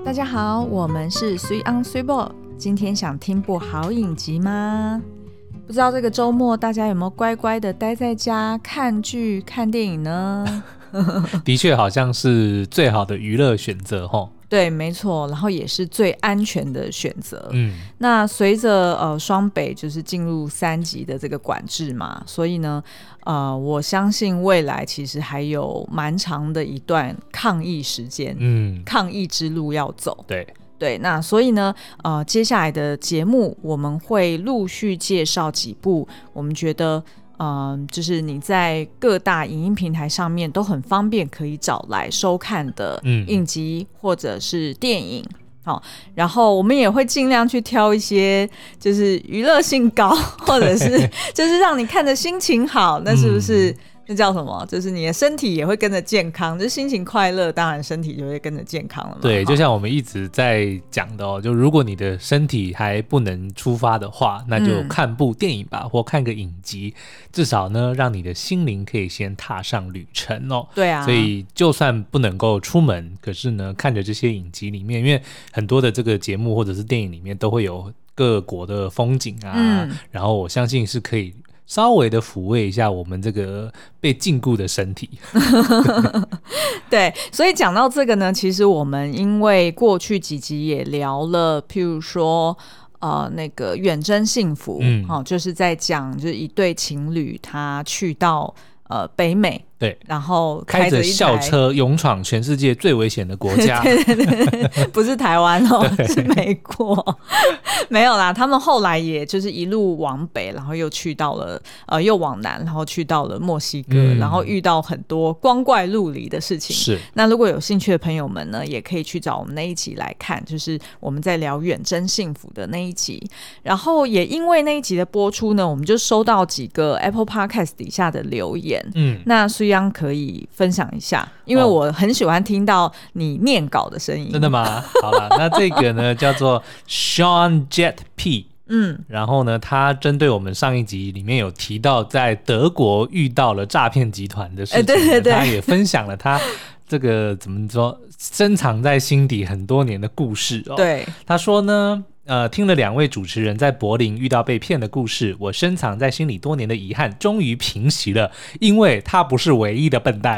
大家好，我们是 Sweet on Sweet Ball， 今天想听部好影集吗？不知道这个周末大家有没有乖乖的待在家看剧看电影呢？ 的确好像是最好的娱乐选择齁。 对，没错，然后也是最安全的选择。那随着双北就是进入3级的这个管制嘛，所以呢，我相信未来其实还有蛮长的一段抗疫时间，抗疫之路要走。对，那所以呢，接下来的节目我们会陆续介绍几部我们觉得就是你在各大影音平台上面都很方便可以找来收看的影集或者是电影。然后我们也会尽量去挑一些就是娱乐性高或者是就是让你看的心情好，那是不是那叫什么，就是你的身体也会跟着健康，就是心情快乐当然身体就会跟着健康了嘛。 对，就像我们一直在讲的就如果你的身体还不能出发的话，那就看部电影吧，或看个影集，至少呢让你的心灵可以先踏上旅程对啊， 所以就算不能够出门，可是呢看着这些影集里面，因为很多的这个节目或者是电影里面都会有各国的风景啊，然后我相信是可以稍微的抚慰一下我们这个被禁锢的身体。 对，所以讲到这个呢，其实我们因为过去几集也聊了，譬如说那个远征幸福，就是在讲就是一对情侣他去到北美， 对， 然后开着校车勇闯全世界最危险的国家。 对，不是台湾是美国。没有啦，他们后来也就是一路往北，然后又去到了又往南，然后去到了墨西哥，然后遇到很多光怪陆离的事情。 是， 那如果有兴趣的朋友们呢，也可以去找我们那一集来看，就是我们在聊远征幸福的那一集。然后也因为那一集的播出呢，我们就收到几个 Apple Podcast 底下的留言。那苏央可以分享一下，因为我很喜欢听到你念稿的声音。 真的吗？好了，那这个呢叫做 Sean Jet P， 然后呢他针对我们上一集里面有提到在德国遇到了诈骗集团的事情， 对， 他也分享了他这个怎么说深藏在心底很多年的故事。 对， 他说呢听了2位主持人在柏林遇到被骗的故事，我深藏在心里多年的遗憾终于平息了，因为他不是唯一的笨蛋。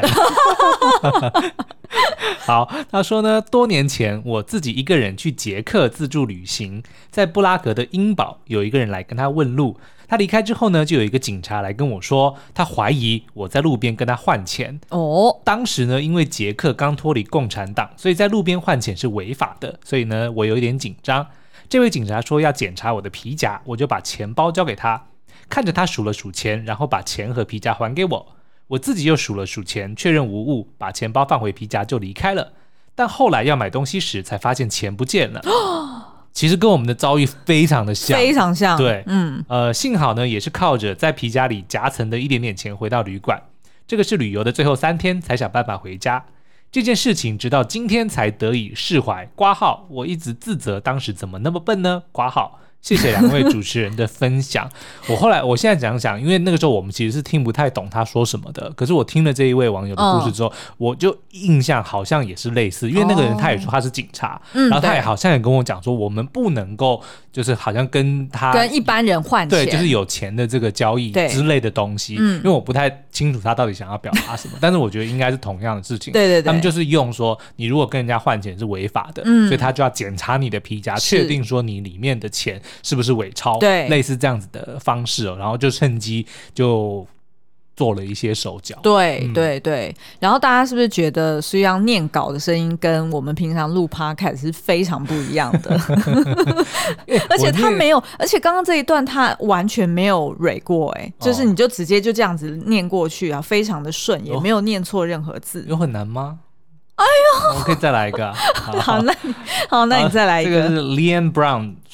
好，他说呢，多年前我自己一个人去捷克自助旅行，在布拉格的英堡有一个人来跟他问路，他离开之后呢，就有一个警察来跟我说，他怀疑我在路边跟他换钱。当时呢，因为捷克刚脱离共产党，所以在路边换钱是违法的，所以呢，我有一点紧张。这位警察说要检查我的皮夹，我就把钱包交给他，看着他数了数钱，然后把钱和皮夹还给我。我自己又数了数钱，确认无误，把钱包放回皮夹就离开了。但后来要买东西时才发现钱不见了。其实跟我们的遭遇非常的像， 非常像。 对，幸好呢也是靠着在皮夹里夹层的一点点钱回到旅馆。这个是旅游的最后3天才想办法回家。这件事情直到今天才得以释怀。括号我一直自责当时怎么那么笨呢？括号谢谢2位主持人的分享。我现在讲讲，因为那个时候我们其实是听不太懂他说什么的，可是我听了这一位网友的故事之后，我就印象好像也是类似，因为那个人他也说他是警察，然后他也好像也跟我讲说，我们不能够就是好像跟一般人换钱， 对，就是有钱的这个交易之类的东西，因为我不太清楚他到底想要表达什么，但是我觉得应该是同样的事情。 对， 他们就是用说你如果跟人家换钱是违法的，所以他就要检查你的皮夹，确定说你里面的钱是不是伪钞， 对， 类似这样子的方式然后就趁机就做了一些手脚。 对，然后大家是不是觉得苏央念稿的声音跟我们平常录 podcast 是非常不一样的？而且他没有，而且刚刚这一段他完全没有蕊过，就是你就直接就这样子念过去啊，非常的顺，也没有念错任何字。 有很难吗？ 哎呦， 我可以再来一个。 好，那你再来一个。 这个是 Lian Brown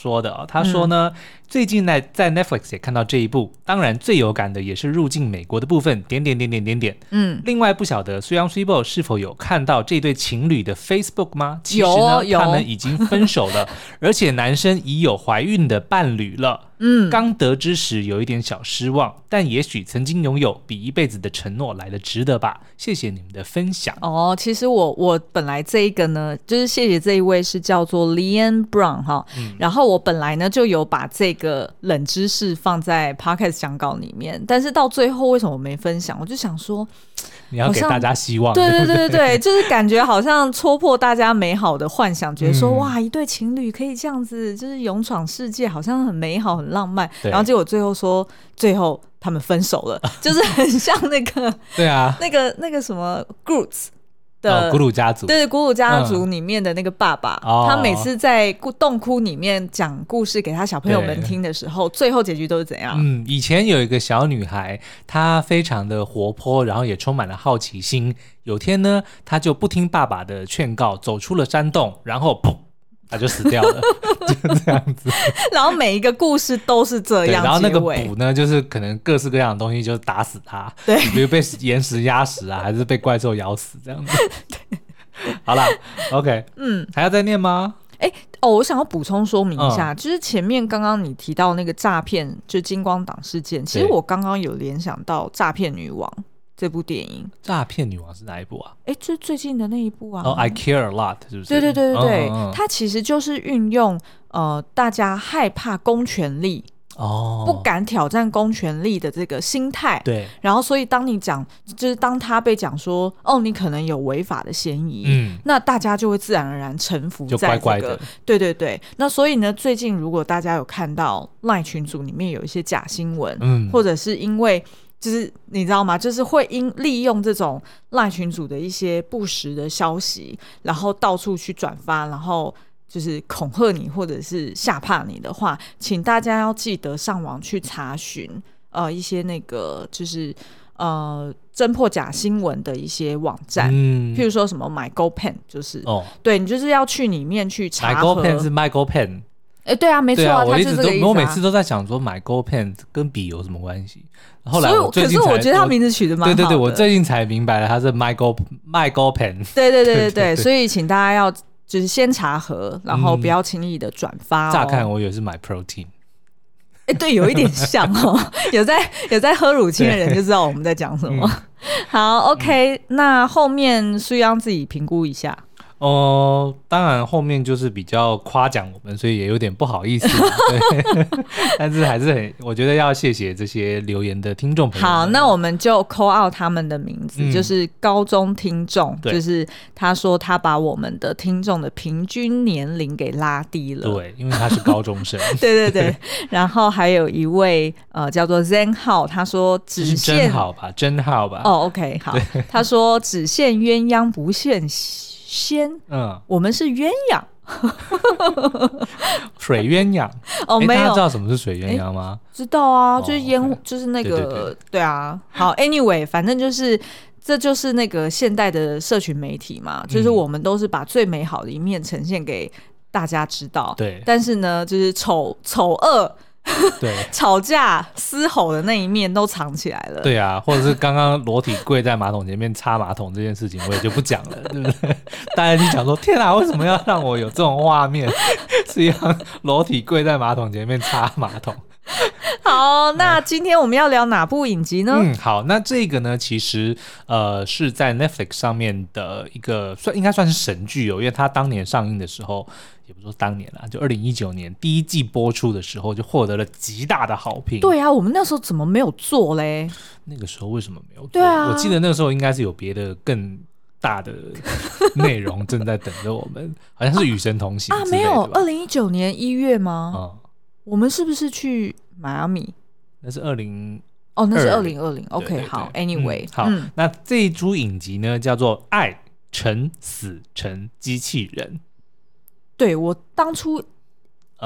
说的哦，他说呢，最近在 Netflix 也看到这一部，当然最有感的也是入境美国的部分，点点点点点点。另外不晓得苏阳 Suibo 是否有看到这对情侣的 Facebook 吗？其实呢，他们已经分手了，而且男生已有怀孕的伴侣了。刚得知时有一点小失望，但也许曾经拥有比一辈子的承诺来得值得吧。谢谢你们的分享。 其实我本来这一个呢，就是谢谢这一位是叫做 Lian Brown 哈，然后我本来呢就有把这个冷知识放在 Podcast 讲稿里面，但是到最后为什么我没分享？我就想说， 你要给大家希望， 对，就是感觉好像戳破大家美好的幻想，觉得说哇，一对情侣可以这样子，就是勇闯世界，好像很美好、很浪漫。然后结果最后说，最后他们分手了，就是很像那个对啊， 那个什么 Groots 的古鲁家族， 对，古鲁家族里面的那个爸爸，他每次在洞窟里面讲故事给他小朋友们听的时候，最后结局都是怎样？ 以前有一个小女孩，她非常的活泼，然后也充满了好奇心。有天呢，她就不听爸爸的劝告，走出了山洞，然后砰，她就死掉了，就这样子。 然后每一个故事都是这样， 然后那个补呢，就是可能各式各样的东西，就是打死她， 对， 比如被岩石压死啊，还是被怪兽咬死这样子。好啦 OK， 还要再念吗？ 我想要补充说明一下，就是前面刚刚你提到那个诈骗，就金光党事件，其实我刚刚有联想到诈骗女王这部电影。 诈骗女王是哪一部啊？ 就最近的那一部啊。 I Care a Lot 是不是？ 对，它其实就是运用大家害怕公权力。不敢挑战公权力的这个心态， 对， 然后所以当你讲，就是当他被讲说，你可能有违法的嫌疑，那大家就会自然而然臣服在这个， 就乖乖的， 对。那所以呢，最近如果大家有看到 LINE 群组里面有一些假新闻，或者是因为就是你知道吗？就是会利用这种 LINE 群组的一些不实的消息，然后到处去转发，然后就是恐吓你或者是吓怕你的话，请大家要记得上网去查询一些那个就是侦破假新闻的一些网站，譬如说什么 MyGoPen， 就是对，你就是要去里面去查核。 MyGoPen 是 MyGoPen， 对啊，没错啊， 我一直都我每次都在想说 MyGoPen 跟笔有什么关系？后来我最近可是我觉得他名字取得蛮好的。 对，我最近才明白了，它是 MyGoPen。 对，所以请大家要就是先查核，然后不要轻易的转发。 乍看我以为是 MyProtein。 对，有一点像有在喝乳清的人就知道我们在讲什么。好 OK，那后面苏央自己评估一下。 当然后面就是比较夸奖我们，所以也有点不好意思对但是还是我觉得要谢谢这些留言的听众朋友。 好，那我们就 call out 他们的名字，就是高中听众，就是他说他把我们的听众的平均年龄给拉低了， 对，因为他是高中生对然后还有一位叫做 Zen 浩，他说只限真好吧 OK 好，他说只限鸳鸯不限仙，我们是鸳鸯水鸳鸯没有， 大家知道什么是水鸳鸯吗？ 知道啊，就是烟就是那个对啊。好 anyway 反正就是这就是那个现代的社群媒体嘛，就是我们都是把最美好的一面呈现给大家知道， 对， 但是呢就是丑恶对， 吵架嘶吼的那一面都藏起来了。 对啊，或者是刚刚裸体跪在马桶前面擦马桶这件事情，我也就不讲了，对不对？大家就讲说，天啊，为什么要让我有这种画面，是要裸体跪在马桶前面擦马桶？ 好，那今天我们要聊哪部影集呢？ 好，那这个呢，其实是在 Netflix 上面的一个应该算是神剧因为它当年上映的时候，也不是说当年啦，就2019年第一季播出的时候就获得了极大的好评。 对啊，我们那时候怎么没有做嘞？ 那个时候为什么没有做？ 对啊， 我记得那个时候应该是有别的更大的内容正在等着我们，好像是与神同行没有，2019年1月吗？我们是不是去迈阿密？ 那是2020 OK， 好 ，Anyway， 好，那这一出影集呢叫做《爱成死成机器人》。 对，我当初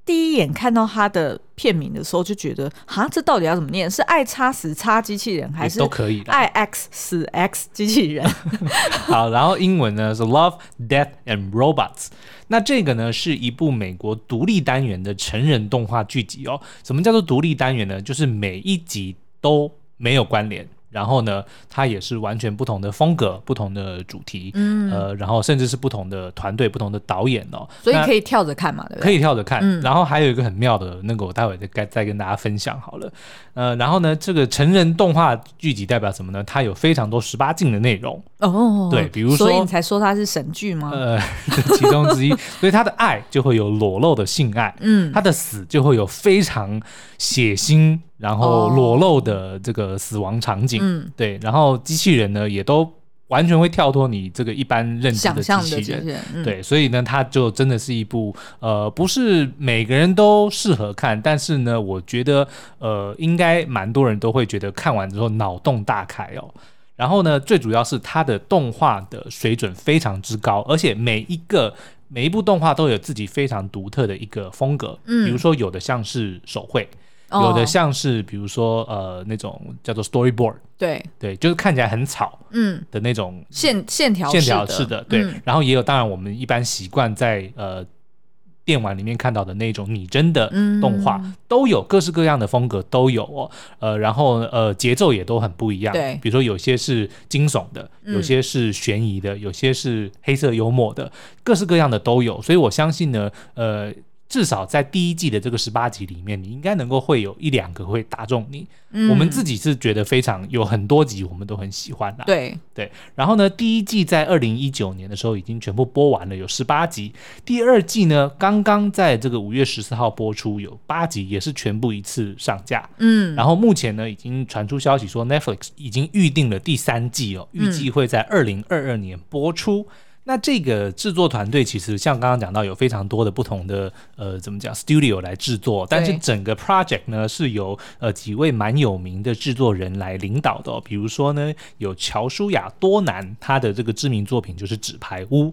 第一眼看到它的片名的时候就觉得，哈，这到底要怎么念？是爱叉死叉机器人，还是都可以的， 爱 X 死 X 机器人？ 好，然后英文呢是 Love, Death and Robots。那这个呢是一部美国独立单元的成人动画剧集哦。什么叫做独立单元呢？就是每一集都没有关联。然后呢，它也是完全不同的风格、不同的主题，然后甚至是不同的团队、不同的导演哦， 所以可以跳着看嘛，对不对？ 可以跳着看。然后还有一个很妙的那个，我待会再跟大家分享好了。然后呢，这个成人动画剧集代表什么呢？它有非常多18禁的内容哦，对，比如说， 所以你才说它是神剧吗？ 其中之一。所以它的爱就会有裸露的性爱，它的死就会有非常血腥。然后裸露的这个死亡场景，对，然后机器人呢也都完全会跳脱你这个一般认知的机器人，对，所以呢它就真的是一部不是每个人都适合看，但是呢我觉得应该蛮多人都会觉得看完之后脑洞大开哦。然后呢最主要是它的动画的水准非常之高，而且每一部动画都有自己非常独特的一个风格，比如说有的像是手绘。有的像是比如说那种叫做 storyboard， 对，就是看起来很草的那种线条式的，对，然后也有当然我们一般习惯在电玩里面看到的那种拟真的动画，都有各式各样的风格都有哦，然后节奏也都很不一样，对，比如说有些是惊悚的，有些是悬疑的，有些是黑色幽默的，各式各样的都有，所以我相信呢至少在第一季的这个18集里面，你应该能够会有1-2个会打中你。我们自己是觉得非常有很多集我们都很喜欢啦。对。然后呢，第一季在2019年的时候已经全部播完了，有18集。第二季呢，刚刚在这个5月14号播出，有8集，也是全部一次上架。然后目前呢，已经传出消息说 Netflix 已经预定了第3季哦，预计会在2022年播出。那这个制作团队其实像刚刚讲到有非常多的不同的怎么讲 studio 来制作，但是整个 project 呢是由几位蛮有名的制作人来领导的比如说呢有乔舒亚多南，他的这个知名作品就是纸牌屋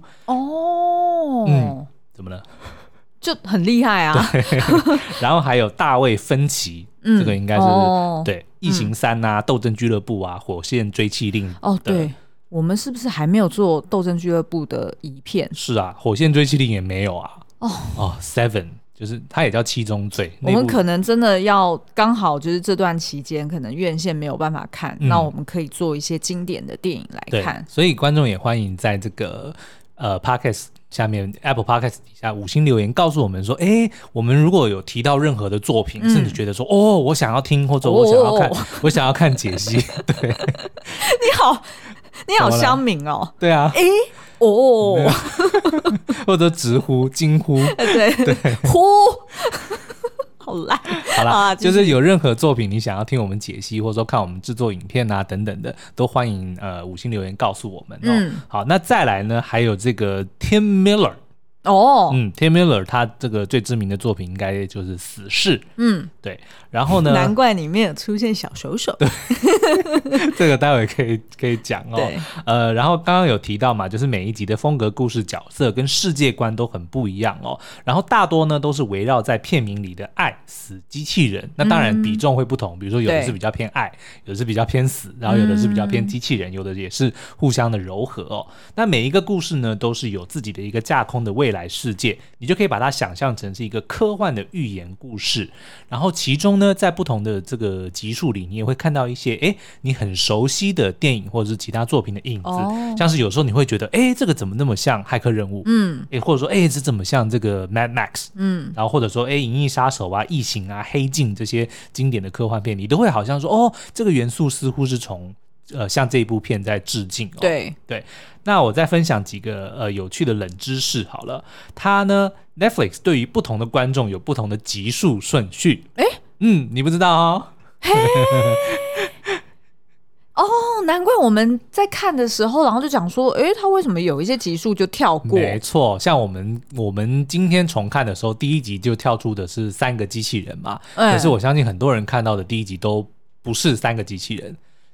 怎么了？ 就很厉害啊。 然后还有大卫芬奇，这个应该是对异形3啊、斗争俱乐部啊、火线追缉令对。我们是不是还没有做斗争俱乐部的影片？ 是啊，火线追缉令也没有啊。Seven 就是它也叫七宗罪。 我们可能真的要刚好就是这段期间可能院线没有办法看，那我们可以做一些经典的电影来看。 所以观众也欢迎在这个Podcast 下面 Apple Podcast 底下5星留言告诉我们说，我们如果有提到任何的作品，甚至觉得说我想要听或者我想要看我想要看解析。对， 你好乡民哦。 对啊，或者直呼惊呼，对呼好烂。 好啦，就是有任何作品你想要听我们解析，或者说看我们制作影片啊等等的，都欢迎5星留言告诉我们好，那再来呢，还有这个 Tim Miller。Tim Miller 他这个最知名的作品应该就是死侍。对，然后呢难怪里面有出现小手手。 对这个待会可以讲然后刚刚有提到嘛，就是每一集的风格、故事、角色跟世界观都很不一样然后大多呢都是围绕在片名里的爱、死、机器人，那当然比重会不同，比如说有的是比较偏爱，有的是比较偏死，然后有的是比较偏机器人，有的也是互相的柔和那每一个故事呢都是有自己的一个架空的未来世界，你就可以把它想象成是一个科幻的寓言故事，然后其中呢在不同的这个集数里，你也会看到一些你很熟悉的电影或者是其他作品的影子像是有时候你会觉得这个怎么那么像骇客任务或者说这怎么像这个 Mad Max 然后或者说银翼杀手啊、异形啊、黑镜这些经典的科幻片，你都会好像说这个元素似乎是从像这一部片在致敬对，那我再分享几个有趣的冷知识好了。它呢 Netflix 对于不同的观众有不同的集数顺序。你不知道难怪我们在看的时候然后就讲说他为什么有一些集数就跳过。 没错，像我们今天重看的时候，第一集就跳出的是3个机器人嘛可是我相信很多人看到的第一集都不是3个机器人，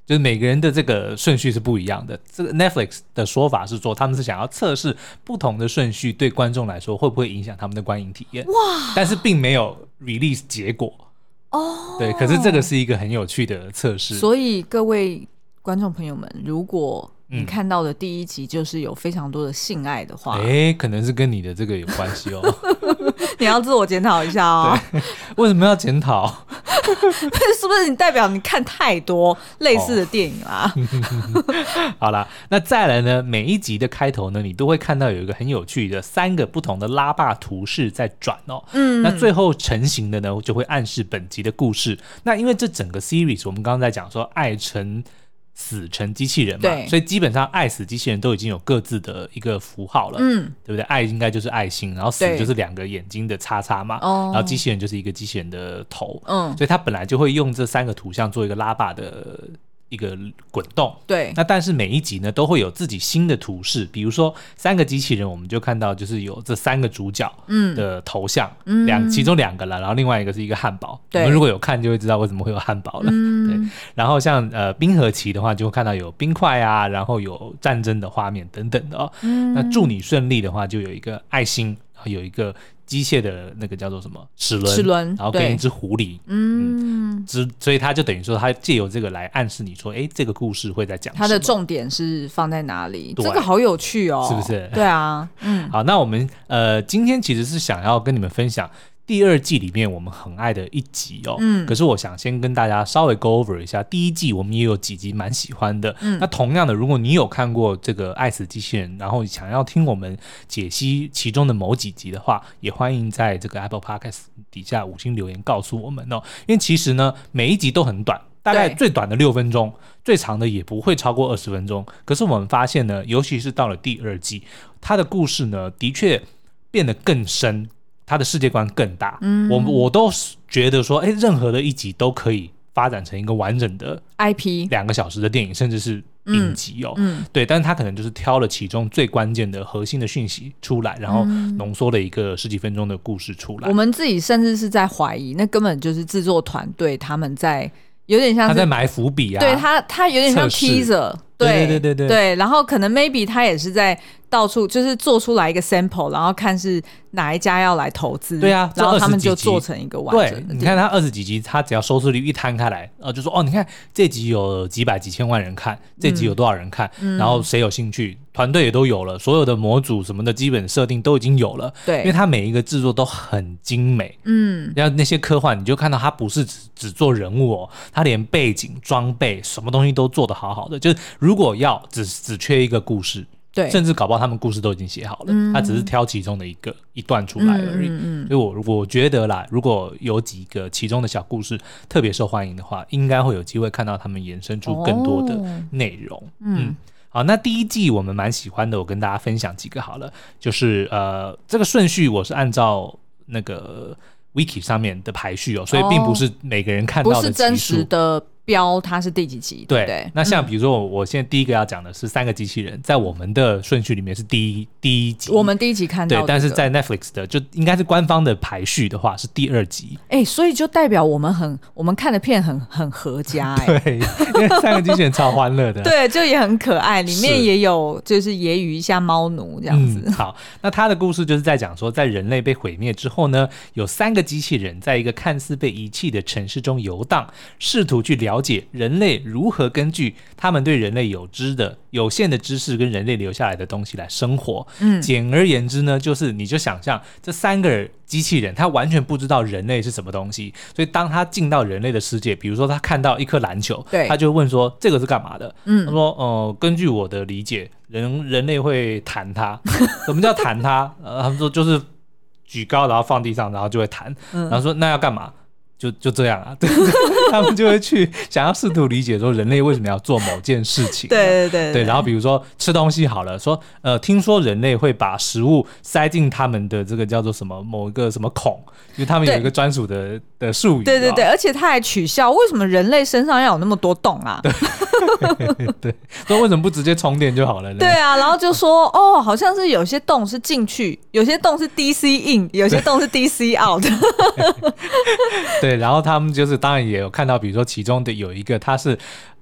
就是每个人的这个顺序是不一样的。这个 Netflix 的说法是说，他们是想要测试不同的顺序对观众来说会不会影响他们的观影体验。哇！但是并没有 release 结果。哦，对，可是这个是一个很有趣的测试。 所以各位观众朋友们，如果你看到的第一集就是有非常多的性爱的话， 可能是跟你的这个有关系哦。 你要自我检讨一下哦。 为什么要检讨？ 是不是你代表你看太多类似的电影啦？ 好啦，那再来呢，每一集的开头呢，你都会看到有一个很有趣的3个不同的拉霸图示在转哦。那最后成型的呢，就会暗示本集的故事。那因为这整个 series 我们刚刚在讲说爱成死成机器人嘛，所以基本上爱死机器人都已经有各自的一个符号了，对不对？爱应该就是爱心，然后死就是2个眼睛的叉叉嘛，然后机器人就是一个机器人的头，所以他本来就会用这3个图像做一个拉霸的一个滚动。 对， 那但是每一集呢都会有自己新的图示，比如说3个机器人，我们就看到就是有这3个主角的头像，其中2个了，然后另外一个是一个汉堡。我们如果有看就会知道为什么会有汉堡了。对，然后像冰河期的话，就会看到有冰块啊，然后有战争的画面等等的哦。那祝你顺利的话，就有一个爱心，然后有一个机械的那个叫做什么齿轮，然后跟一只狐狸，所以他就等于说他借由这个来暗示你说，这个故事会在讲什么， 它的重点是放在哪里？这个好有趣哦， 是不是？ 对啊， 好，那我们今天其实是想要跟你们分享第2季里面我们很爱的一集哦，可是我想先跟大家稍微 go over 一下，第1季我们也有几集蛮喜欢的，那同样的，如果你有看过这个爱死机器人，然后想要听我们解析其中的某几集的话，也欢迎在这个 Apple Podcast 底下5星留言告诉我们哦，因为其实呢每一集都很短，大概最短的6分钟，最长的也不会超过20分钟，可是我们发现呢，尤其是到了第2季，它的故事呢的确变得更深，他的世界观更大，我都觉得说，任何的一集都可以发展成一个完整的 IP 2个小时的电影，甚至是影集哦。对，但是他可能就是挑了其中最关键的核心的讯息出来，然后浓缩了一个10几分钟的故事出来。 我们自己甚至是在怀疑，那根本就是制作团队他们在有点像是他在埋伏笔啊， 对他有点像 teaser。对，然后可能 maybe 他也是在到处就是做出来一个 sample， 然后看是哪一家要来投资， 对啊， 然后他们就做成一个完整的。 对，你看他20几集，他只要收视率一摊开来，就说你看这集有几百几千万人看，这集有多少人看，然后谁有兴趣，团队也都有了，所有的模组什么的基本设定都已经有了。对，因为他每一个制作都很精美。像那些科幻，你就看到他不是只做人物哦，他连背景、装备什么东西都做得好好的，就是如果要只缺一个故事，对，甚至搞不好他们故事都已经写好了，他只是挑其中的一段出来而已。所以我觉得啦，如果有几个其中的小故事特别受欢迎的话，应该会有机会看到他们衍生出更多的内容。好，那第1季我们蛮喜欢的，我跟大家分享几个好了，就是这个顺序我是按照那个 Wiki 上面的排序哦，所以并不是每个人看到的集数， 不是真实的标它是第几集，对不对？ 那像比如说我现在第一个要讲的是3个机器人，在我们的顺序里面是第一集， 我们第1集看到的， 对，但是在 Netflix 的就应该是官方的排序的话是第2集。 所以就代表我们看的片很合家对，因为3个机器人超欢乐的， 对，就也很可爱，里面也有就是揶揄一下猫奴这样子。 好，那他的故事就是在讲说，在人类被毁灭之后呢，有3个机器人在一个看似被遗弃的城市中游荡，试图去了解人类如何根据他们对人类有限的知识跟人类留下来的东西来生活。简而言之呢，就是你就想象这3个机器人他完全不知道人类是什么东西，所以当他进到人类的世界，比如说他看到一颗篮球，他就问说这个是干嘛的。他说根据我的理解，人类会弹它。什么叫弹它？他们说就是举高然后放地上然后就会弹。然后说那要干嘛？就这样啊，对，他们就会去想要试图理解说人类为什么要做某件事情。对，然后比如说吃东西好了，说听说人类会把食物塞进他们的这个叫做什么某一个什么孔，因为他们有一个专属的术语。对， 而且他还取笑为什么人类身上要有那么多洞啊？ 对，说为什么不直接充电就好了呢？ 对啊，然后就说好像是有些洞是进去，有些洞是 DC in， 有些洞是 DC out。对， 然后他们就是当然也有看到，比如说其中的有一个他是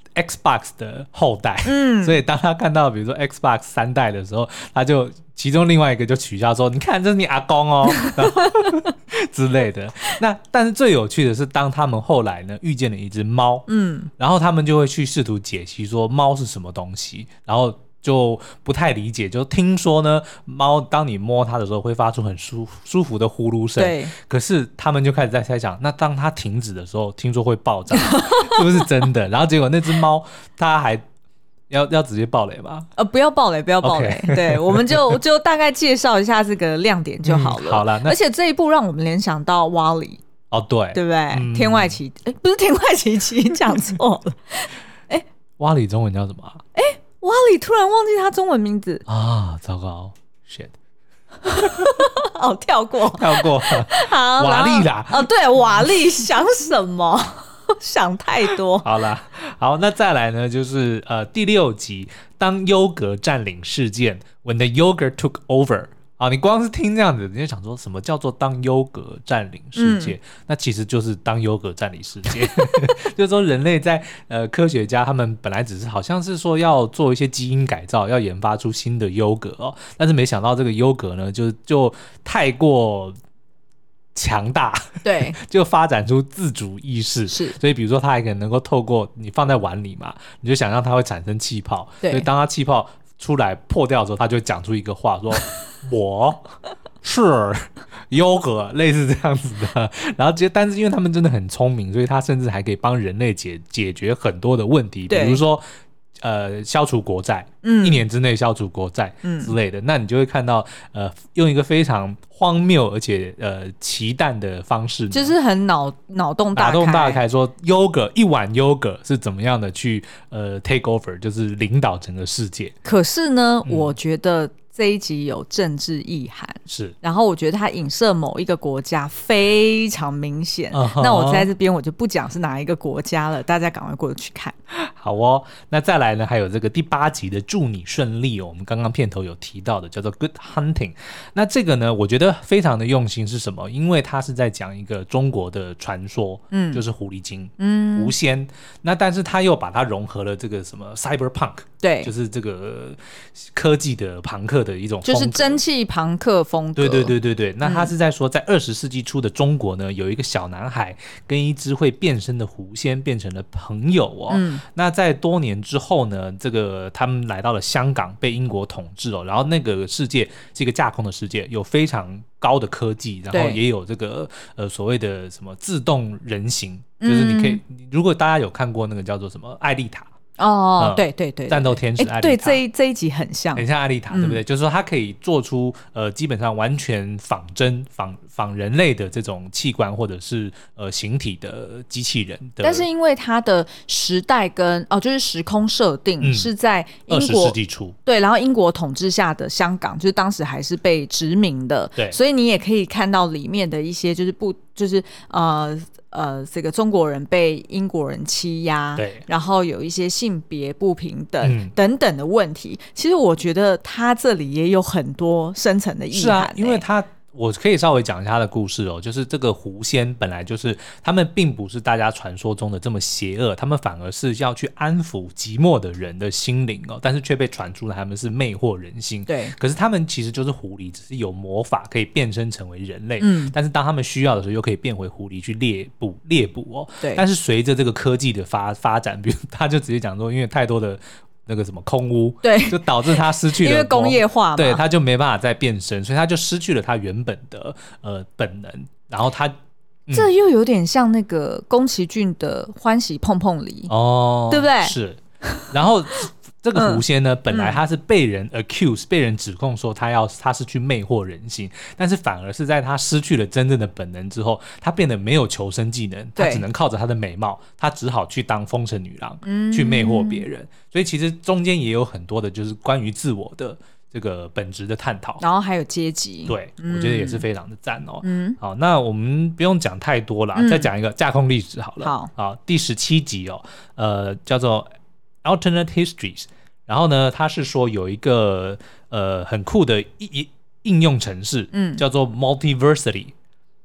Xbox 的后代，所以当他看到比如说 Xbox 3代的时候，他就其中另外一个就取笑说：“你看，这是你阿公哦。”之类的。那但是最有趣的是，当他们后来呢遇见了一只猫，然后他们就会去试图解析说猫是什么东西，然后就不太理解，就听说呢，猫当你摸它的时候会发出很舒服的呼噜声。 对。 可是他们就开始在猜想，那当它停止的时候，听说会爆炸，是不是真的？然后结果那只猫，它还要直接爆雷吗？ 不要爆雷，不要爆雷。Okay. 对，我们就大概介绍一下这个亮点就好了。 好了， 而且这一部让我们联想到瓦力。 哦，对， 对不对？天外奇，不是天外奇迹，讲错了。 瓦力中文叫什么？ 瓦力突然忘记他中文名字啊！糟糕 ，shit！ 哦，跳过。好， 瓦力啦。 哦，对，瓦力，想什么？想太多。 好啦，好，那再来呢，就是第6集，当优格占领事件 ，When the yogurt took over。你光是听这样子，你就想说什么叫做当优格占领世界？那其实就是当优格占领世界。就是说人类在科学家他们本来只是好像是说要做一些基因改造，要研发出新的优格哦，但是没想到这个优格呢就太过强大， 对， 就发展出自主意识。 是， 所以比如说它还可能够透过你放在碗里嘛，你就想让它会产生气泡，所以当它气泡出来破掉的时候，他就会讲出一个话说我是优格，类似这样子的。然后但是因为他们真的很聪明，所以他甚至还可以帮人类解决很多的问题，比如说消除国债，1年之内消除国债之类的。那你就会看到用一个非常荒谬而且奇诞的方式， 就是很脑洞大开说一碗优格是怎么样的去take over， 就是领导整个世界。 可是呢，我觉得这一集有政治意涵， 是， 然后我觉得它影射某一个国家非常明显。那我在这边我就不讲是哪一个国家了，大家赶快过去看。 好哦，那再来呢，还有这个第8集的祝你顺利哦，我们刚刚片头有提到的叫做 Good Hunting。那这个呢，我觉得非常的用心是什么？因为它是在讲一个中国的传说，就是狐狸精，狐仙。那但是它又把它融合了这个什么 Cyberpunk， 对， 就是这个科技的朋克的一种风格， 就是蒸汽朋克风格。 对。那他是在说，在20世纪初的中国呢，有一个小男孩跟一只会变身的狐仙变成了朋友哦。那在多年之后呢，这个他们来到了香港，被英国统治哦。然后那个世界是一个架空的世界，有非常高的科技，然后也有这个所谓的什么自动人形，就是你可以，如果大家有看过那个叫做什么艾丽塔。 对， 战斗天使艾丽塔， 对，这一集很像艾丽塔，对不对？就是说它可以做出基本上完全仿人类的这种器官或者是形体的机器人的。 但是因为它的时代跟就是时空设定是在英国 20世纪初， 对，然后英国统治下的香港，就是当时还是被殖民的， 对， 所以你也可以看到里面的一些就是这个中国人被英国人欺压， 对， 然后有一些性别不平等等等的问题。其实我觉得他这里也有很多深层的意涵。 是啊，因为我可以稍微讲一下他的故事哦，就是这个狐仙本来就是他们并不是大家传说中的这么邪恶，他们反而是要去安抚寂寞的人的心灵哦，但是却被传出了他们是魅惑人心。 对， 可是他们其实就是狐狸，只是有魔法可以变身成为人类，但是当他们需要的时候又可以变回狐狸去猎捕哦。 对， 但是随着这个科技的发展，比如他就直接讲说，因为太多的那个什么空污， 对， 就导致他失去了因为工业化嘛， 对，他就没办法再变身，所以他就失去了他原本的本能。然后他这又有点像那个宫崎骏的《欢喜碰碰梨》 哦， 对不对？ 是，然后。这个狐仙呢，本来他是被人 accuse，被人指控说他是去魅惑人心，但是反而是在他失去了真正的本能之后，他变得没有求生技能，他只能靠着他的美貌，他只好去当风尘女郎，去魅惑别人。所以其实中间也有很多的就是关于自我的这个本质的探讨， 然后还有阶级， 对，我觉得也是非常的赞哦。好，那我们不用讲太多啦，再讲一个架空历史好了。好，第17集哦，叫做 Alternate Histories。然后呢，他是说有一个很酷的应用程式，叫做 Multiversity。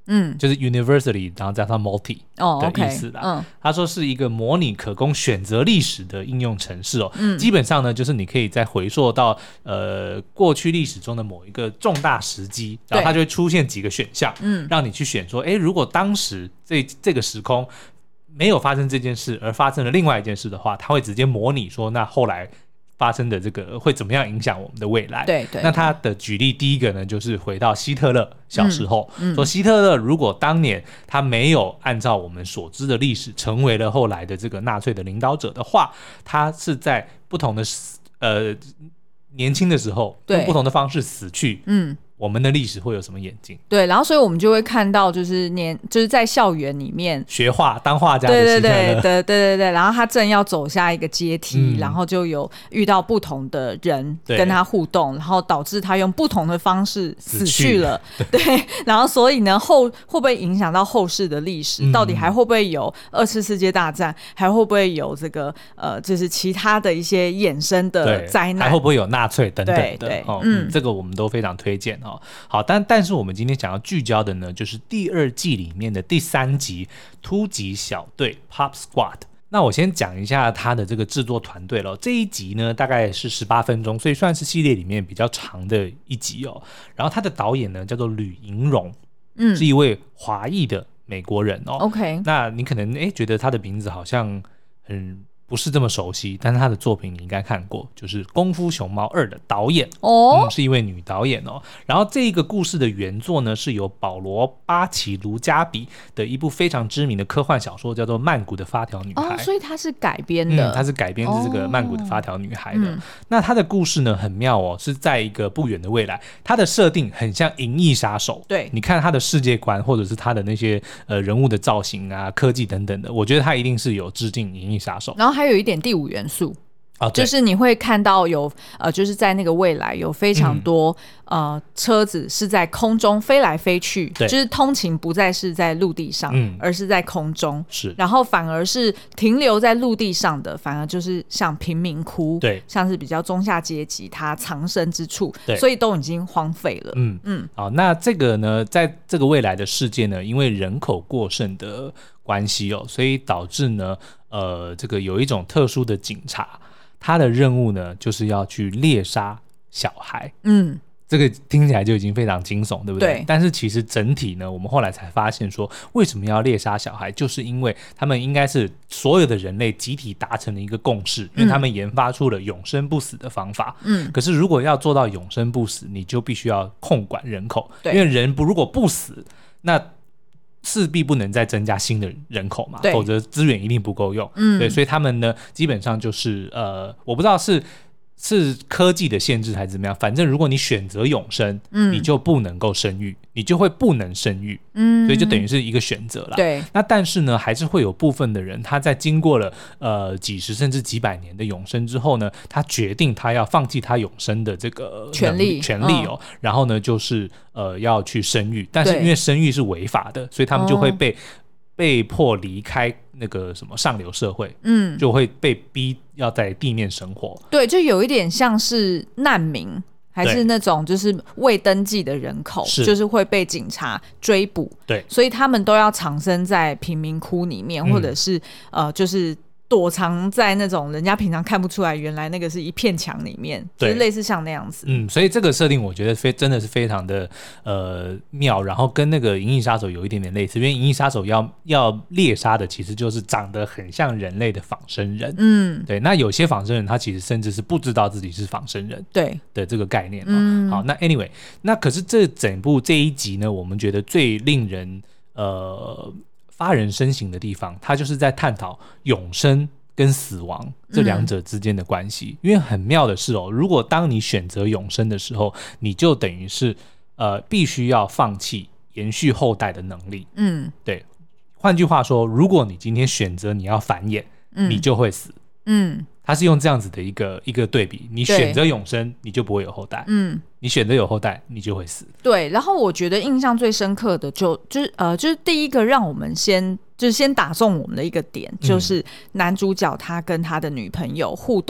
就是 university 然后加上 multi 的意思啦。他说是一个模拟可供选择历史的应用程式基本上呢就是你可以再回溯到过去历史中的某一个重大时机，然后它就会出现几个选项，让你去选说如果当时这个时空没有发生这件事而发生了另外一件事的话，它会直接模拟说那后来发生的这个会怎么样影响我们的未来。 对， 那他的举例第一个呢就是回到希特勒小时候，说希特勒如果当年他没有按照我们所知的历史成为了后来的这个纳粹的领导者的话，他是在不同的年轻的时候用不同的方式死去，我们的历史会有什么演进？ 对，然后所以我们就会看到就是在校园里面学画当画家的希特勒， 对，然后他正要走下一个阶梯，然后就有遇到不同的人跟他互动，然后导致他用不同的方式死去了。对，然后所以呢会不会影响到后世的历史？到底还会不会有2次世界大战？还会不会有这个就是其他的一些衍生的灾难？ 还会不会有纳粹等等的？这个我们都非常推荐好，但是我们今天想要聚焦的呢，就是第2季里面的第3集突击小队 Pop Squad。那我先讲一下他的这个制作团队了。这一集呢大概是18分钟，所以算是系列里面比较长的一集然后他的导演呢叫做吕银荣，是一位华裔的美国人 OK， 那你可能觉得他的名字好像不是这么熟悉，但是他的作品你应该看过，就是《功夫熊猫2》的导演是一位女导演然后这个故事的原作呢是由保罗·巴奇卢加比的一部非常知名的科幻小说叫做《曼谷的发条女孩》 所以它是改编的， 它是改编自这个《曼谷的发条女孩》的那它的故事呢很妙是在一个不远的未来，它的设定很像《银翼杀手》， 对， 你看它的世界观或者是它的那些人物的造型啊、科技等等的，我觉得它一定是有致敬《银翼杀手》， 然后还有一点第5元素就是你会看到有就是在那个未来有非常多车子是在空中飞来飞去，就是通勤不再是在陆地上而是在空中， 是， 然后反而是停留在陆地上的反而就是像贫民窟， 对， 像是比较中下阶级它藏身之处，所以都已经荒废了。 好，那这个呢在这个未来的世界呢，因为人口过剩的关系所以导致呢这个有一种特殊的警察，他的任务呢就是要去猎杀小孩。这个听起来就已经非常惊悚，对不对？但是其实整体呢，我们后来才发现说，为什么要猎杀小孩，就是因为他们应该是所有的人类集体达成了一个共识，因为他们研发出了永生不死的方法。可是如果要做到永生不死，你就必须要控管人口，因为人如果不死，那势必不能再增加新的人口嘛，否则资源一定不够用。对，所以他们呢基本上就是我不知道是科技的限制还是怎么样，反正如果你选择永生，你就不能够生育，你就会不能生育，所以就等于是一个选择啦。 对， 那但是呢还是会有部分的人，他在经过了几十甚至几百年的永生之后呢，他决定他要放弃他永生的这个权利然后呢就是要去生育，但是因为生育是违法的，所以他们就会被迫离开那个什么上流社会，就会被逼要在地面生活。 对，就有一点像是难民，还是那种就是未登记的人口，就是会被警察追捕。 对， 所以他们都要藏身在贫民窟里面，或者是就是躲藏在那种人家平常看不出来原来那个是一片墙里面，就是类似像那样子。 所以这个设定我觉得真的是非常的妙，然后跟那个银翼杀手有一点点类似，因为银翼杀手要猎杀的其实就是长得很像人类的仿生人。对，那有些仿生人他其实甚至是不知道自己是仿生人的这个概念。好，那 anyway， 那可是这整部这一集呢，我们觉得最令人发人深省的地方，它就是在探讨永生跟死亡这两者之间的关系。因为很妙的是如果当你选择永生的时候，你就等于是必须要放弃延续后代的能力。对，换句话说，如果你今天选择你要繁衍，你就会死。它是用这样子的一个对比，你选择永生你就不会有后代，你选择有后代你就会死。 对，然后我觉得印象最深刻的就是第一个让我们先打中我们的一个点，就是男主角他跟他的女朋友互动，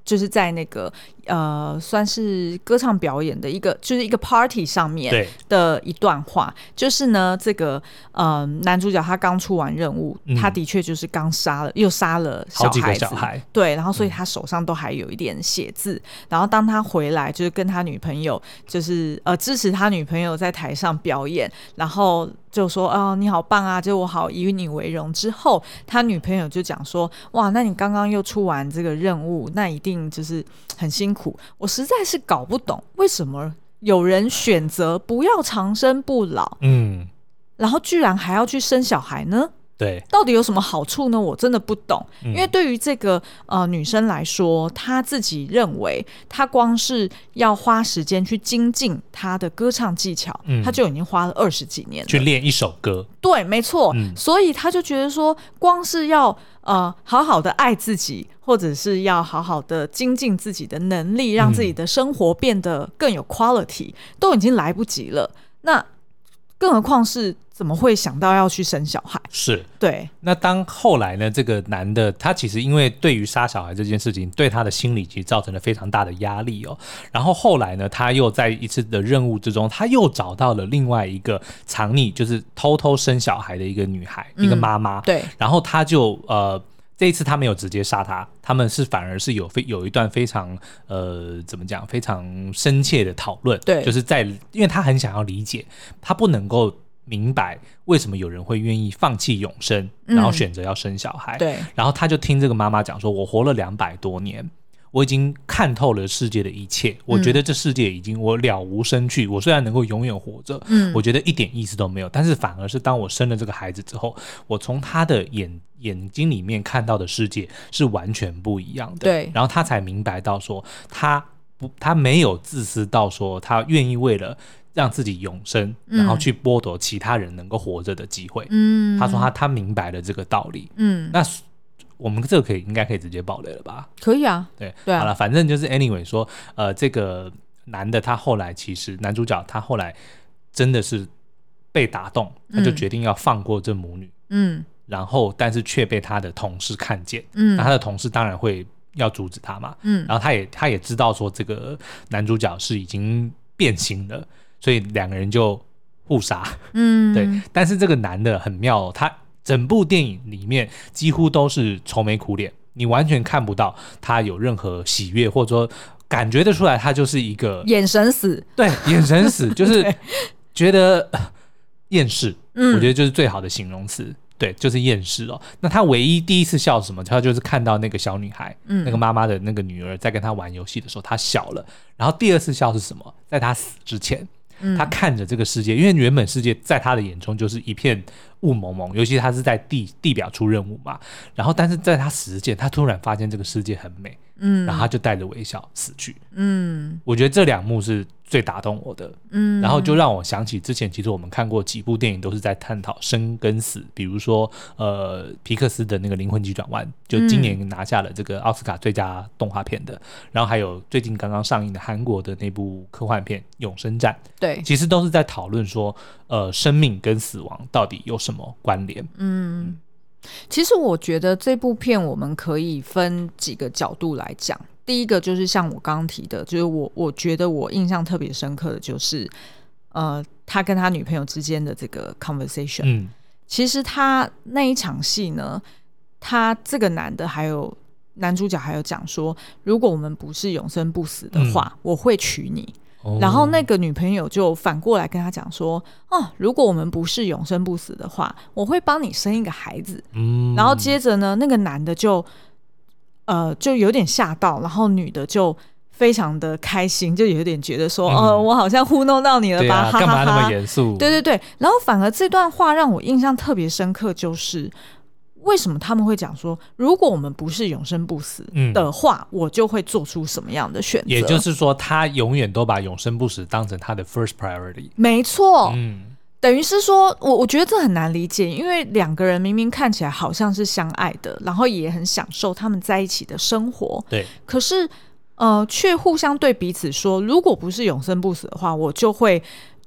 就是在那个算是歌唱表演的就是一个 party 上面的一段话，就是呢这个男主角他刚出完任务，他的确就是刚又杀了好几个小孩， 对，然后所以他手上都还有一点血渍，然后当他回来就是跟他女朋友就是支持他女朋友在台上表演，然后就说你好棒啊，就我好以你为荣之后，他女朋友就讲说哇，那你刚刚又出完这个任务，那一定就是很辛苦，我实在是搞不懂为什么有人选择不要长生不老，然后居然还要去生小孩呢？ 对， 到底有什么好处呢？我真的不懂。因为对于这个女生来说，她自己认为她光是要花时间去精进她的歌唱技巧，她就已经花了20几年了去练一首歌。 对，没错。所以她就觉得说，光是要好好的爱自己，或者是要好好的精进自己的能力，让自己的生活变得更有 quality，都已经来不及了。那更何况是怎么会想到要去生小孩？ 是， 对。 那当后来呢，这个男的他其实因为对于杀小孩这件事情，对他的心理其实造成了非常大的压力哦。然后后来呢，他又在一次的任务之中，他又找到了另外一个藏匿，就是偷偷生小孩的一个女孩，一个妈妈。 对。 然后他就这一次他没有直接杀他，他们是反而是有一段非常怎么讲，非常深切的讨论。 对， 就是因为他很想要理解，他不能够明白为什么有人会愿意放弃永生，然后选择要生小孩。 对， 然后他就听这个妈妈讲说，我活了200多年，我已经看透了世界的一切，我觉得这世界已经我了无生趣，我虽然能够永远活着，我觉得一点意思都没有，但是反而是当我生了这个孩子之后，我从他的眼睛里面看到的世界是完全不一样的。 对， 然后他才明白到说他没有自私到说他愿意为了让自己永生，然后去剥夺其他人能够活着的机会。他说他明白了这个道理。那我们这个应该可以直接爆雷了吧？ 可以啊， 对啊， 好了，反正就是 anyway 说，这个男的他后来其实男主角他后来真的是被打动，他就决定要放过这母女。然后但是却被他的同事看见。那他的同事当然会要阻止他嘛。然后他也知道说这个男主角是已经变心了，所以两个人就互杀。对。但是这个男的很妙哦，他整部电影里面几乎都是愁眉苦脸，你完全看不到他有任何喜悦，或者说感觉得出来他就是一个眼神死。 对，眼神死，就是觉得厌世。我觉得就是最好的形容词。对，就是厌世哦。那他唯一第一次笑什么？他就是看到那个小女孩，那个妈妈的那个女儿在跟他玩游戏的时候，他笑了。然后第二次笑是什么？在他死之前，他看着这个世界，因为原本世界在他的眼中就是一片雾蒙蒙，尤其他是在地表出任务嘛。然后，但是在他死之前，他突然发现这个世界很美，然后他就带着微笑死去。我觉得这2幕是最打动我的。然后就让我想起之前其实我们看过几部电影都是在探讨生跟死，比如说皮克斯的那个灵魂急转弯，就今年拿下了这个奥斯卡最佳动画片的，然后还有最近刚刚上映的韩国的那部科幻片永生战。 对， 其实都是在讨论说生命跟死亡到底有什么关联。 其实我觉得这部片我们可以分几个角度来讲。第一个就是像我刚刚提的，就是我觉得我印象特别深刻的就是他跟他女朋友之间的这个 conversation。其实他那一场戏呢，他这个男的还有男主角还有讲说，如果我们不是永生不死的话，我会娶你。然后那个女朋友就反过来跟他讲说，如果我们不是永生不死的话，我会帮你生一个孩子。然后接着呢，那个男的就有点吓到，然后女的就非常的开心，就有点觉得说我好像糊弄到你了吧， 干嘛那么严肃？ 对对对。然后反而这段话让我印象特别深刻，就是为什么他们会讲说，如果我们不是永生不死的话，我就会做出什么样的选择。 也就是说他永远都把永生不死当成他的 first priority。 没错。等于是说我觉得这很难理解，因为两个人明明看起来好像是相爱的，然后也很享受他们在一起的生活， 对， 可是却互相对彼此说，如果不是永生不死的话，我就会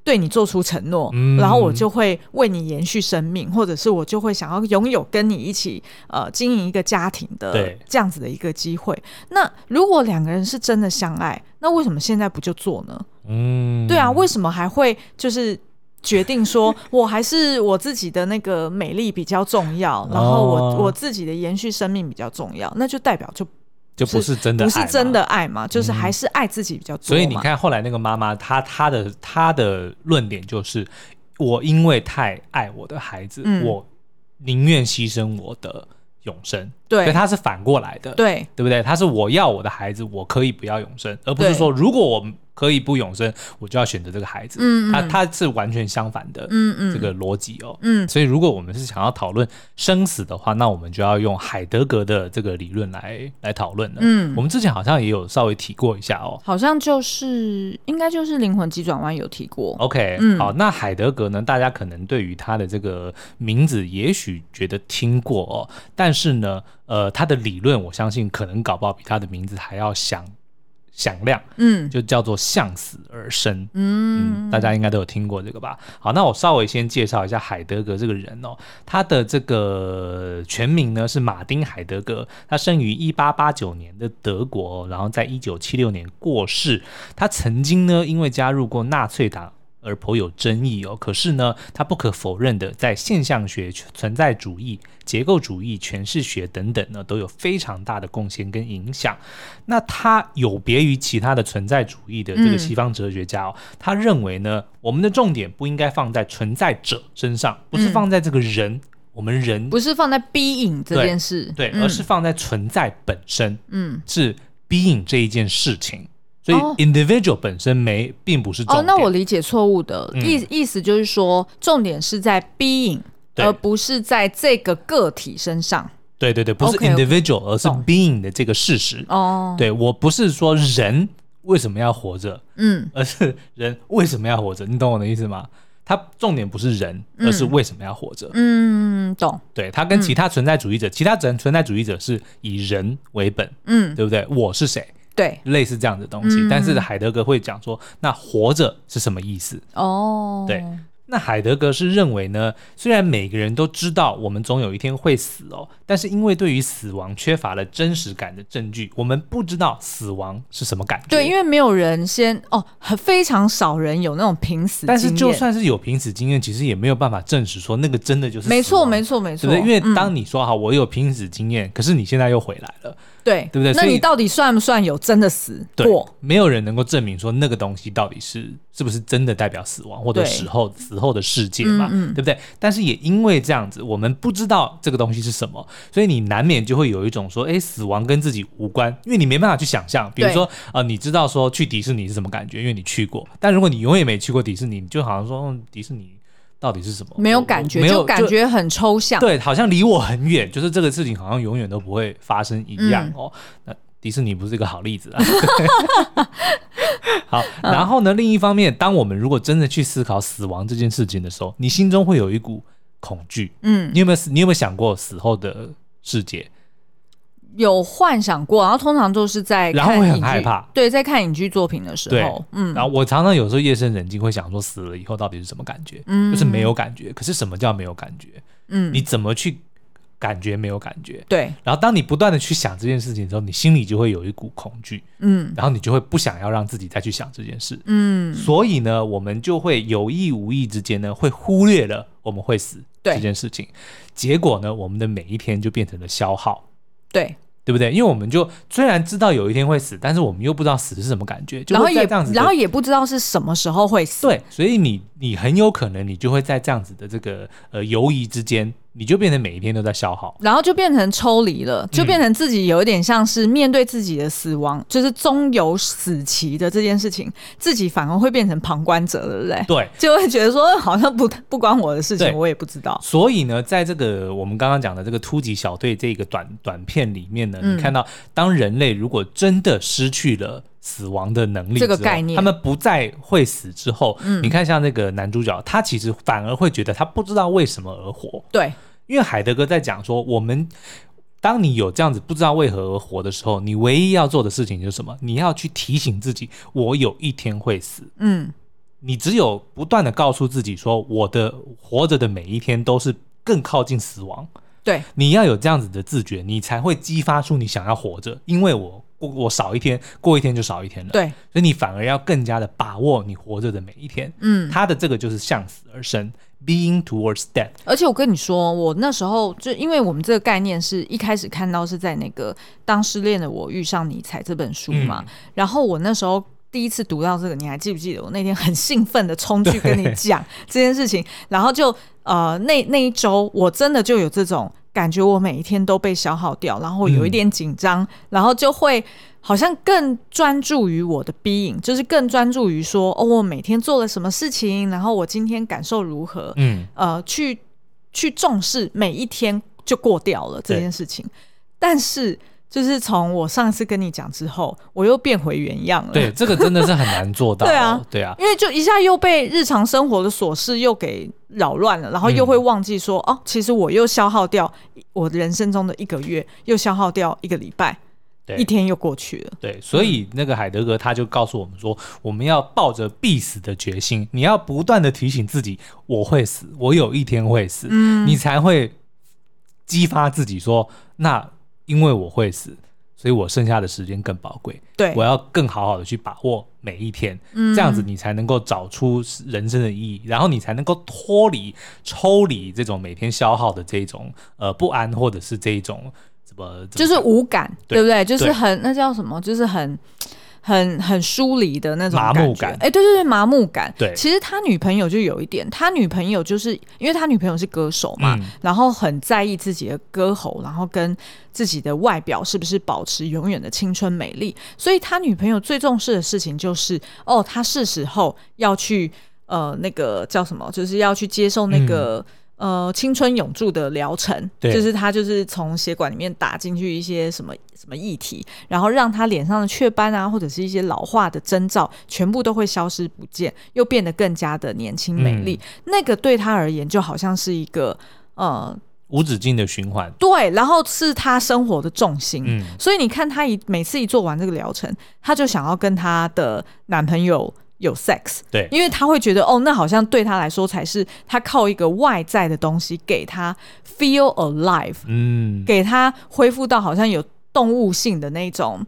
对你做出承诺，然后我就会为你延续生命，或者是我就会想要拥有跟你一起经营一个家庭的这样子的一个机会。那如果两个人是真的相爱，那为什么现在不就做呢？对啊，为什么还会就是决定说我还是我自己的那个美丽比较重要，然后我自己的延续生命比较重要，那就代表就不是真的爱嘛，不是真的爱嘛，就是还是爱自己比较多嘛。 所以你看后来那个妈妈她的论点就是我因为太爱我的孩子，我宁愿牺牲我的永生。对，所以他是反过来的，对不对？他是我要我的孩子，我可以不要永生，而不是说如果我可以不永生，我就要选择这个孩子。他是完全相反的这个逻辑哦。所以如果我们是想要讨论生死的话，那我们就要用海德格的这个理论来讨论了。我们之前好像也有稍微提过一下哦， 好像应该就是灵魂急转弯有提过。 OK，好，那海德格呢，大家可能对于他的这个名字也许觉得听过哦，但是呢他的理论我相信可能搞不好比他的名字还要响亮，就叫做向死而生。大家应该都有听过这个吧。好，那我稍微先介绍一下海德格这个人哦，他的这个全名呢是马丁海德格，他生于1889年的德国，然后在1976年过世。他曾经呢因为加入过纳粹党而颇有争议哦，可是呢他不可否认的在现象学、存在主义、结构主义、诠释学等等呢都有非常大的贡献跟影响。那他有别于其他的存在主义的这个西方哲学家哦，他认为呢我们的重点不应该放在存在者身上，不是放在这个人，我们人不是放在 being 这件事， 对，而是放在存在本身，是 being 这一件事情。所以 individual 本身并不是重点。 那我理解错误的意思就是说，重点是在 being， 而不是在这个个体身上。 对，不是 individual， 而是 being 的这个事实。对，我不是说人为什么要活着，而是人为什么要活着，你懂我的意思吗？它重点不是人，而是为什么要活着。 懂。 对，它跟其他存在主义者，其他存在主义者是以人为本，对不对？我是谁？对，类似这样的东西。但是海德格会讲说，那活着是什么意思？对。那海德格是认为呢，虽然每个人都知道我们总有一天会死哦，但是因为对于死亡缺乏了真实感的证据，我们不知道死亡是什么感觉。 对，因为没有人非常少人有那种濒死经验。 但是就算是有濒死经验，其实也没有办法证实说那个真的就是死亡。 没错，对不对？ 因为当你说好我有濒死经验，可是你现在又回来了， 对不对？ 那你到底算不算有真的死过？ 没有人能够证明说那个东西到底是不是真的代表死亡，或者死后的世界嘛，对不对？但是也因为这样子，我们不知道这个东西是什么，所以你难免就会有一种说，死亡跟自己无关，因为你没办法去想象。比如说你知道说去迪士尼是什么感觉，因为你去过，但如果你永远没去过迪士尼，你就好像说迪士尼到底是什么？ 没有感觉，就感觉很抽象。 对，好像离我很远，就是这个事情好像永远都不会发生一样哦。那迪士尼不是一个好例子啊。好，然后呢，另一方面，当我们如果真的去思考死亡这件事情的时候，你心中会有一股恐惧。你有没有想过死后的世界？ 有幻想过，然后通常都是在看然后会很害怕。 对，在看影剧作品的时候， 然后我常常有时候夜深人静会想说，死了以后到底是什么感觉？就是没有感觉。可是什么叫没有感觉？你怎么去感觉没有感觉？对。然后当你不断的去想这件事情的时候，你心里就会有一股恐惧，然后你就会不想要让自己再去想这件事，所以呢，我们就会有意无意之间呢，会忽略了我们会死这件事情，结果呢，我们的每一天就变成了消耗，对不对？因为我们就虽然知道有一天会死，但是我们又不知道死是什么感觉，就会在这样子， 然后也不知道是什么时候会死， 对，所以你很有可能你就会在这样子的这个游移之间，你就变成每一天都在消耗， 然后就变成抽离了，就变成自己有一点像是面对自己的死亡，就是终有死期的这件事情，自己反而会变成旁观者，对不对？对，就会觉得说好像不关我的事情，我也不知道。 所以呢，在这个我们刚刚讲的这个突击小队这个短片里面呢，你看到当人类如果真的失去了死亡的能力这个概念，他们不再会死之后，你看像那个男主角，他其实反而会觉得他不知道为什么而活。对，因为海德格在讲说，当你有这样子不知道为何而活的时候，你唯一要做的事情就是什么？你要去提醒自己，我有一天会死。 你只有不断的告诉自己说，我的活着的每一天都是更靠近死亡。 对， 你要有这样子的自觉，你才会激发出你想要活着。因为我少一天，过一天就少一天了。 对， 所以你反而要更加的把握你活着的每一天。他的这个就是向死而生。Being towards death。 而且我跟你说，我那时候就因为我们这个概念是一开始看到是在那个《当失恋的我遇上尼采》这本书嘛，然后我那时候第一次读到这个，你还记不记得我那天很兴奋的冲去跟你讲这件事情，然后就那一周我真的就有这种感觉，我每一天都被消耗掉，然后有一点紧张，然后就会好像更专注于我的 being， 就是更专注于说我每天做了什么事情，然后我今天感受如何，去重视每一天就过掉了这件事情。但是就是从我上次跟你讲之后，我又变回原样了。 对，这个真的是很难做到。对啊， 因为就一下又被日常生活的琐事又给扰乱了，然后又会忘记说，其实我又消耗掉我人生中的1个月，又消耗掉1个礼拜，一天又过去了。 对，所以那个海德格他就告诉我们说，我们要抱着必死的决心，你要不断的提醒自己，我会死，我有一天会死，你才会激发自己说，那因为我会死，所以我剩下的时间更宝贵，对，我要更好好的去把握每一天，这样子你才能够找出人生的意义，然后你才能够抽离这种每天消耗的这种不安，或者是这一种就是无感， 对不对？就是那叫什么，就是很疏离的那种感觉，麻木感。对，麻木感。对，其实他女朋友就有一点，他女朋友就是因为他女朋友是歌手嘛，然后很在意自己的歌喉，然后跟自己的外表是不是保持永远的青春美丽，所以他女朋友最重视的事情就是他是时候要去那个叫什么，就是要去接受那个青春永驻的疗程，就是他就是从血管里面打进去一些什么液体，然后让他脸上的雀斑啊，或者是一些老化的征兆全部都会消失不见，又变得更加的年轻美丽。那个对他而言就好像是一个无止境的循环， 对，然后是他生活的重心。所以你看他每次一做完这个疗程，他就想要跟他的男朋友有 sex， 对，因为他会觉得那好像对他来说才是他靠一个外在的东西给他 feel alive，给他恢复到好像有动物性的那种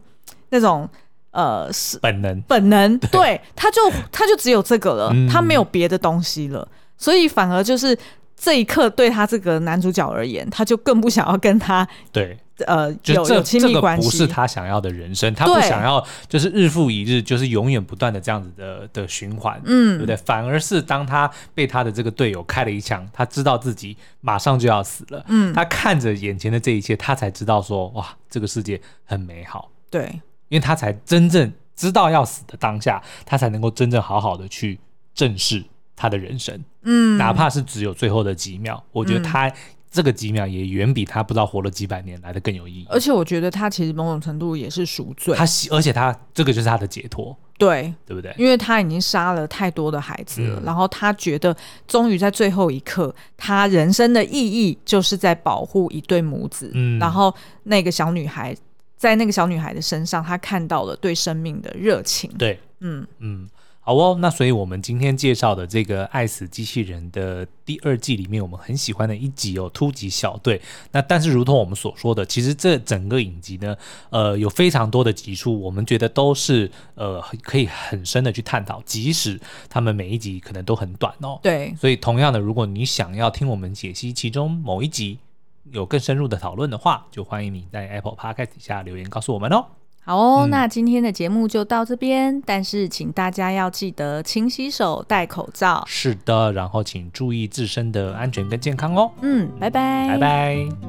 本能，对，他就只有这个了，他没有别的东西了，所以反而就是这一刻对他这个男主角而言，他就更不想要跟他有亲密关系， 这个不是他想要的人生，他不想要就是日复一日，就是永远不断的这样子的循环，对不对？反而是当他被他的这个队友开了一枪，他知道自己马上就要死了，他看着眼前的这一切，他才知道说，哇，这个世界很美好，对，因为他才真正知道要死的当下，他才能够真正好好的去正视他的人生，哪怕是只有最后的几秒，我觉得他这个几秒也远比他不知道活了几百年来的更有意义。 而且我觉得他其实某种程度也是赎罪， 而且他这个就是他的解脱，对不对？ 因为他已经杀了太多的孩子了，然后他觉得终于在最后一刻，他人生的意义就是在保护一对母子，然后那个小女孩在那个小女孩的身上，他看到了对生命的热情。对， 好哦，那所以我们今天介绍的这个《爱死机器人》的第2季里面，我们很喜欢的一集突击小队。那但是如同我们所说的，其实这整个影集呢，有非常多的集数，我们觉得都是可以很深的去探讨，即使他们每一集可能都很短哦。对，所以同样的，如果你想要听我们解析其中某一集有更深入的讨论的话，就欢迎你在 Apple Podcast 底下留言告诉我们哦。 好哦，那今天的节目就到这边，但是请大家要记得勤洗手、戴口罩。 是的，然后请注意自身的安全跟健康哦。 拜拜， 拜拜。